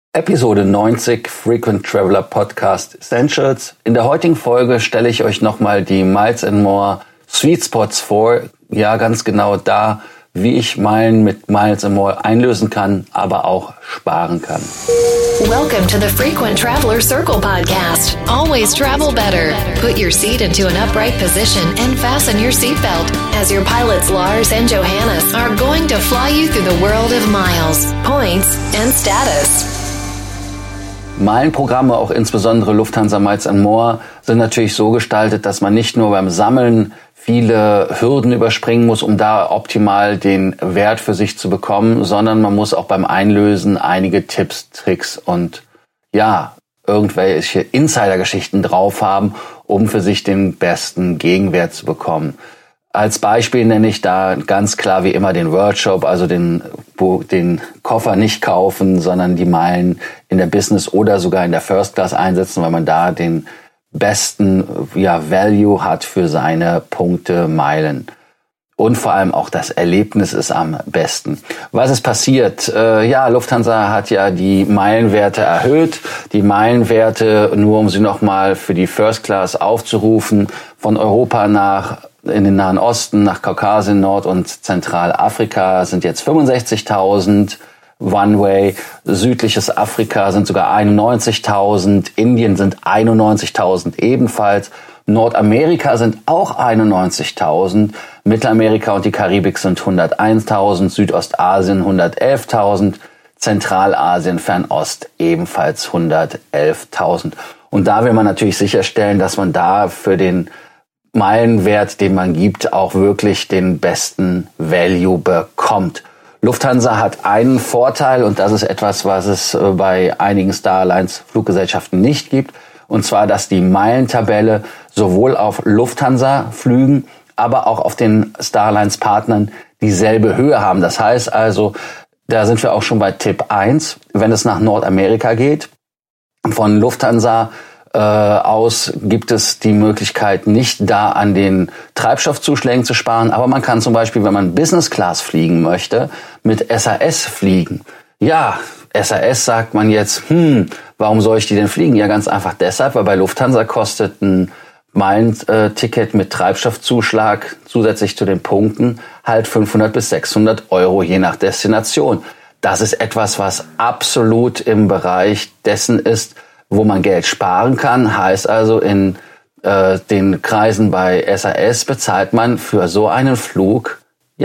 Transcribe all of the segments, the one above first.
Episode 90 Frequent Traveler Podcast Essentials. In der heutigen Folge stelle ich euch nochmal die Miles & More Sweet Spots vor. Ja, ganz genau da, wie ich Meilen mit Miles & More einlösen kann, aber auch sparen kann. Welcome to the Frequent Traveler Circle podcast. Always travel better. Put your seat into an upright position and fasten your seatbelt as your pilots Lars and Johannes are going to fly you through the world of miles, points and status. Meilenprogramme, auch insbesondere Lufthansa Miles & More, sind natürlich so gestaltet, dass man nicht nur beim Sammeln viele Hürden überspringen muss, um da optimal den Wert für sich zu bekommen, sondern man muss auch beim Einlösen einige Tipps, Tricks und ja, irgendwelche Insider-Geschichten drauf haben, um für sich den besten Gegenwert zu bekommen. Als Beispiel nenne ich da ganz klar wie immer den Worldshop, also den Koffer nicht kaufen, sondern die Meilen in der Business oder sogar in der First Class einsetzen, weil man da den besten Value hat für seine Punkte, Meilen. Und vor allem auch das Erlebnis ist am besten. Was ist passiert? Lufthansa hat ja die Meilenwerte erhöht. Die Meilenwerte, nur um sie nochmal für die First Class aufzurufen, von Europa in den Nahen Osten, nach Kaukasien, Nord- und Zentralafrika sind jetzt 65.000. One-Way, südliches Afrika sind sogar 91.000, Indien sind 91.000 ebenfalls, Nordamerika sind auch 91.000, Mittelamerika und die Karibik sind 101.000, Südostasien 111.000, Zentralasien, Fernost ebenfalls 111.000. Und da will man natürlich sicherstellen, dass man da für den Meilenwert, den man gibt, auch wirklich den besten Value bekommt. Lufthansa hat einen Vorteil und das ist etwas, was es bei einigen Star Alliance Fluggesellschaften nicht gibt. Und zwar, dass die Meilentabelle sowohl auf Lufthansa-Flügen, aber auch auf den Star Alliance Partnern dieselbe Höhe haben. Das heißt also, da sind wir auch schon bei Tipp 1, wenn es nach Nordamerika geht. Von Lufthansa aus gibt es die Möglichkeit, nicht da an den Treibstoffzuschlägen zu sparen, aber man kann zum Beispiel, wenn man Business Class fliegen möchte, mit SAS fliegen. Ja, SAS sagt man jetzt, warum soll ich die denn fliegen? Ja, ganz einfach deshalb, weil bei Lufthansa kostet ein Meilenticket mit Treibstoffzuschlag zusätzlich zu den Punkten halt 500 bis 600 Euro je nach Destination. Das ist etwas, was absolut im Bereich dessen ist, wo man Geld sparen kann. Heißt also, in den Kreisen bei SAS bezahlt man für so einen Flug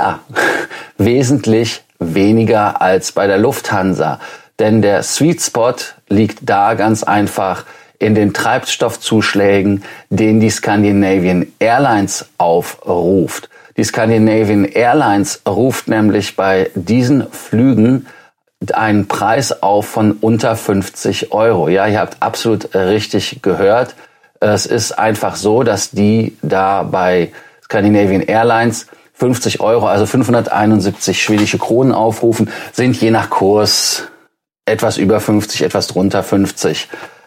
wesentlich weniger als bei der Lufthansa. Denn der Sweet Spot liegt da ganz einfach in den Treibstoffzuschlägen, den die Scandinavian Airlines aufruft. Die Scandinavian Airlines ruft nämlich bei diesen Flügen einen Preis auf von unter 50 Euro. Ja, ihr habt absolut richtig gehört. Es ist einfach so, dass die da bei Scandinavian Airlines 50 Euro, also 571 schwedische Kronen aufrufen, sind je nach Kurs etwas über 50, etwas drunter 50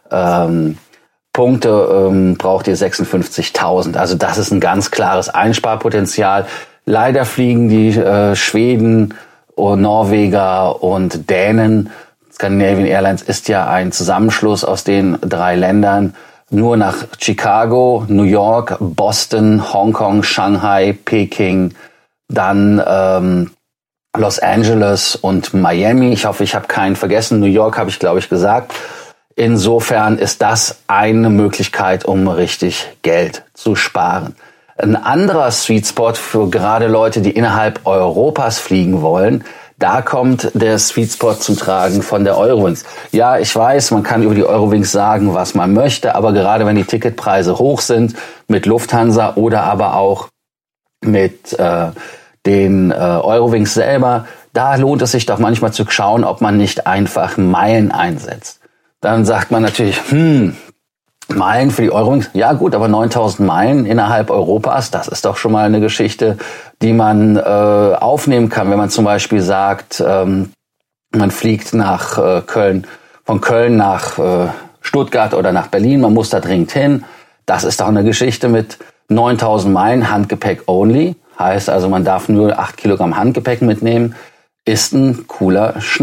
Punkte, braucht ihr 56.000. Also das ist ein ganz klares Einsparpotenzial. Leider fliegen die Schweden, Norweger und Dänen. Scandinavian Airlines ist ja ein Zusammenschluss aus den 3 Ländern. Nur nach Chicago, New York, Boston, Hongkong, Shanghai, Peking, dann Los Angeles und Miami. Ich hoffe, ich habe keinen vergessen. New York habe ich, glaube ich, gesagt. Insofern ist das eine Möglichkeit, um richtig Geld zu sparen. Ein anderer Sweet Spot für gerade Leute, die innerhalb Europas fliegen wollen, da kommt der Sweet Spot zum Tragen von der Eurowings. Ja, ich weiß, man kann über die Eurowings sagen, was man möchte, aber gerade wenn die Ticketpreise hoch sind, mit Lufthansa oder aber auch mit den Eurowings selber, da lohnt es sich doch manchmal zu schauen, ob man nicht einfach Meilen einsetzt. Dann sagt man natürlich, Meilen für die Eurowings, ja gut, aber 9.000 Meilen innerhalb Europas, das ist doch schon mal eine Geschichte, die man aufnehmen kann, wenn man zum Beispiel sagt, man fliegt nach Köln, von Köln nach Stuttgart oder nach Berlin, man muss da dringend hin. Das ist doch eine Geschichte mit 9.000 Meilen Handgepäck only, heißt also, man darf nur 8 Kilogramm Handgepäck mitnehmen, ist ein cooler Schnack.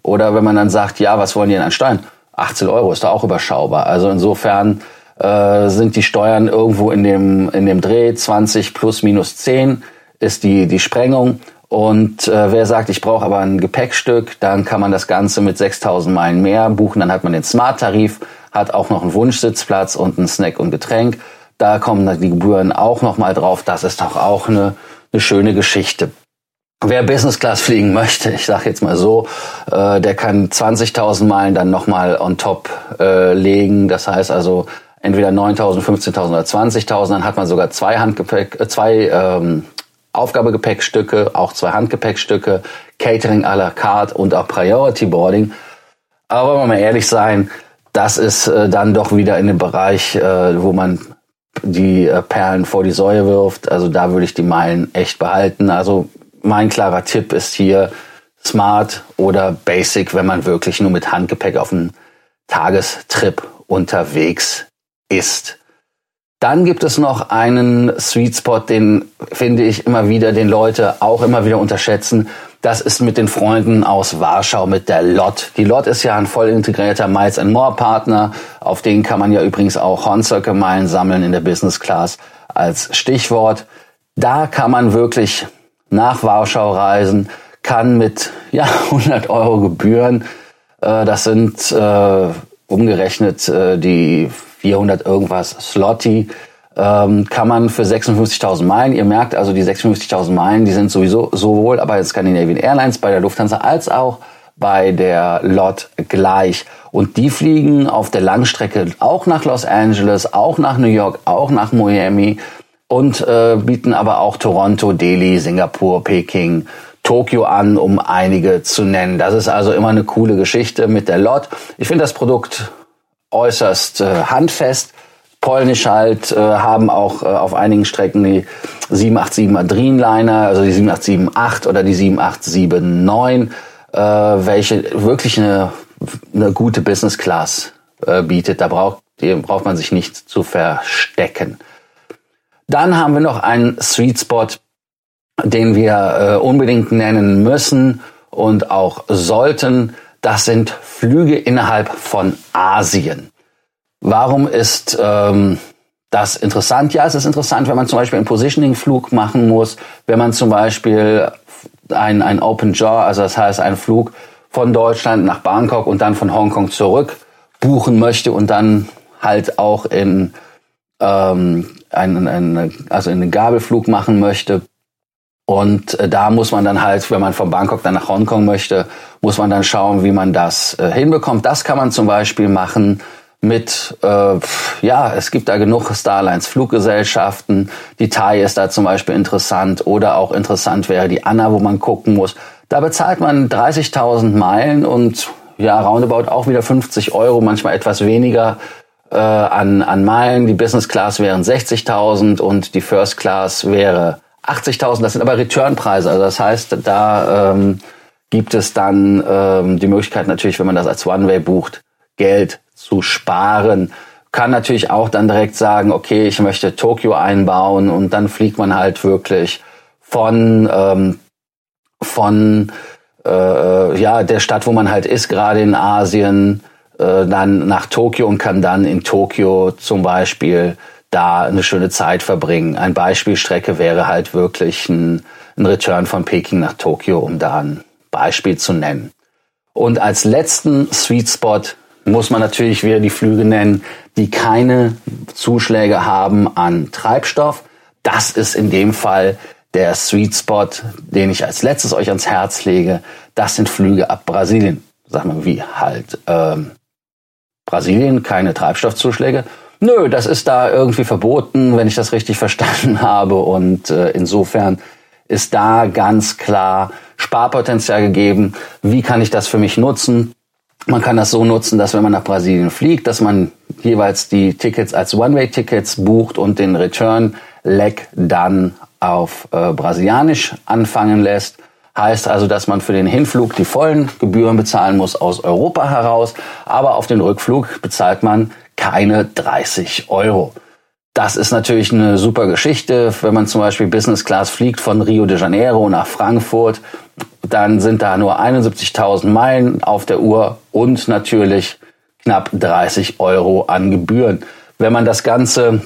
Oder wenn man dann sagt, ja, was wollen die denn an Steuern? 18 Euro ist da auch überschaubar. Also insofern sind die Steuern irgendwo in dem Dreh, 20 plus minus 10 ist die Sprengung. Und wer sagt, ich brauche aber ein Gepäckstück, dann kann man das Ganze mit 6.000 Meilen mehr buchen. Dann hat man den Smart-Tarif, hat auch noch einen Wunschsitzplatz und einen Snack und Getränk. Da kommen dann die Gebühren auch noch mal drauf. Das ist doch auch eine schöne Geschichte. Wer Business Class fliegen möchte, ich sage jetzt mal so, der kann 20.000 Meilen dann noch mal on top legen. Das heißt also entweder 9.000, 15.000 oder 20.000. Dann hat man sogar zwei Aufgabegepäckstücke, auch 2 Handgepäckstücke, Catering à la carte und auch Priority Boarding. Aber wenn wir mal ehrlich sein, das ist dann doch wieder in dem Bereich, wo man die Perlen vor die Säue wirft. Also da würde ich die Meilen echt behalten. Also mein klarer Tipp ist hier Smart oder Basic, wenn man wirklich nur mit Handgepäck auf einem Tagestrip unterwegs ist. Dann gibt es noch einen Sweet Spot, den finde ich immer wieder, den Leute auch immer wieder unterschätzen. Das ist mit den Freunden aus Warschau, mit der LOT. Die LOT ist ja ein voll integrierter Miles & More Partner. Auf den kann man ja übrigens auch Horn-Circle-Meilen sammeln in der Business Class als Stichwort. Da kann man wirklich nach Warschau reisen, kann mit 100 Euro Gebühren, das sind umgerechnet die 400 irgendwas Zloty, kann man für 56.000 Meilen, ihr merkt also die 56.000 Meilen, die sind sowieso sowohl bei Scandinavian Airlines, bei der Lufthansa als auch bei der LOT gleich. Und die fliegen auf der Langstrecke auch nach Los Angeles, auch nach New York, auch nach Miami und bieten aber auch Toronto, Delhi, Singapur, Peking, Tokio an, um einige zu nennen. Das ist also immer eine coole Geschichte mit der LOT. Ich finde das Produkt äußerst handfest. Polnisch halt, haben auch auf einigen Strecken die 787er Dreamliner, also die 7878 oder die 7879, welche wirklich eine gute Business Class bietet. Da braucht man sich nicht zu verstecken. Dann haben wir noch einen Sweet Spot, den wir unbedingt nennen müssen und auch sollten. Das sind Flüge innerhalb von Asien. Warum ist das interessant? Ja, es ist interessant, wenn man zum Beispiel einen Positioning-Flug machen muss, wenn man zum Beispiel ein Open Jaw, also das heißt einen Flug von Deutschland nach Bangkok und dann von Hongkong zurück buchen möchte und dann halt auch in einen Gabelflug machen möchte. Und da muss man dann halt, wenn man von Bangkok dann nach Hongkong möchte, muss man dann schauen, wie man das hinbekommt. Das kann man zum Beispiel machen mit, es gibt da genug Starlines Fluggesellschaften. Die Thai ist da zum Beispiel interessant oder auch interessant wäre die ANA, wo man gucken muss. Da bezahlt man 30.000 Meilen und roundabout auch wieder 50 Euro, manchmal etwas weniger an Meilen. Die Business Class wären 60.000 und die First Class wäre 80.000. Das sind aber Returnpreise. Also das heißt, da gibt es dann die Möglichkeit natürlich, wenn man das als One-Way bucht, Geld zu sparen. Kann natürlich auch dann direkt sagen, okay, ich möchte Tokio einbauen und dann fliegt man halt wirklich von der Stadt, wo man halt ist, gerade in Asien, dann nach Tokio und kann dann in Tokio zum Beispiel da eine schöne Zeit verbringen. Ein Beispielstrecke wäre halt wirklich ein Return von Peking nach Tokio, um da ein Beispiel zu nennen. Und als letzten Sweet Spot muss man natürlich wieder die Flüge nennen, die keine Zuschläge haben an Treibstoff. Das ist in dem Fall der Sweet Spot, den ich als letztes euch ans Herz lege. Das sind Flüge ab Brasilien. Sag mal, wie halt Brasilien, keine Treibstoffzuschläge? Nö, das ist da irgendwie verboten, wenn ich das richtig verstanden habe. Und insofern ist da ganz klar Sparpotenzial gegeben. Wie kann ich das für mich nutzen? Man kann das so nutzen, dass wenn man nach Brasilien fliegt, dass man jeweils die Tickets als One-Way-Tickets bucht und den Return-Leg dann auf brasilianisch anfangen lässt. Heißt also, dass man für den Hinflug die vollen Gebühren bezahlen muss aus Europa heraus, aber auf den Rückflug bezahlt man keine 30 Euro. Das ist natürlich eine super Geschichte. Wenn man zum Beispiel Business Class fliegt von Rio de Janeiro nach Frankfurt, dann sind da nur 71.000 Meilen auf der Uhr und natürlich knapp 30 Euro an Gebühren. Wenn man das Ganze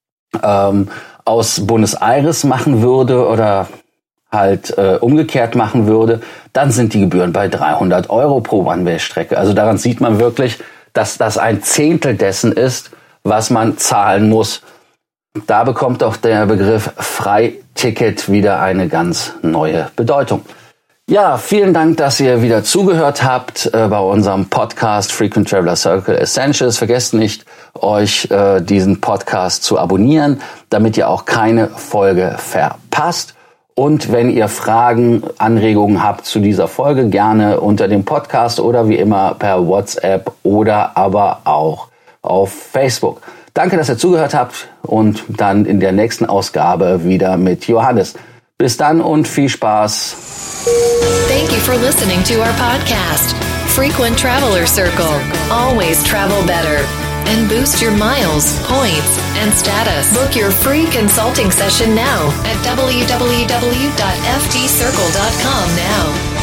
aus Buenos Aires machen würde oder halt umgekehrt machen würde, dann sind die Gebühren bei 300 Euro pro One-Way-Strecke. Also daran sieht man wirklich, dass das ein Zehntel dessen ist, was man zahlen muss. Da bekommt auch der Begriff Freiticket wieder eine ganz neue Bedeutung. Ja, vielen Dank, dass ihr wieder zugehört habt bei unserem Podcast Frequent Traveler Circle Essentials. Vergesst nicht, euch diesen Podcast zu abonnieren, damit ihr auch keine Folge verpasst. Und wenn ihr Fragen, Anregungen habt zu dieser Folge, gerne unter dem Podcast oder wie immer per WhatsApp oder aber auch auf Facebook. Danke, dass ihr zugehört habt und dann in der nächsten Ausgabe wieder mit Johannes. Bis dann und viel Spaß. Thank you for listening to our podcast, Frequent Traveler Circle. Always travel better and boost your miles, points, and status. Book your free consulting session now at www.ftcircle.com now.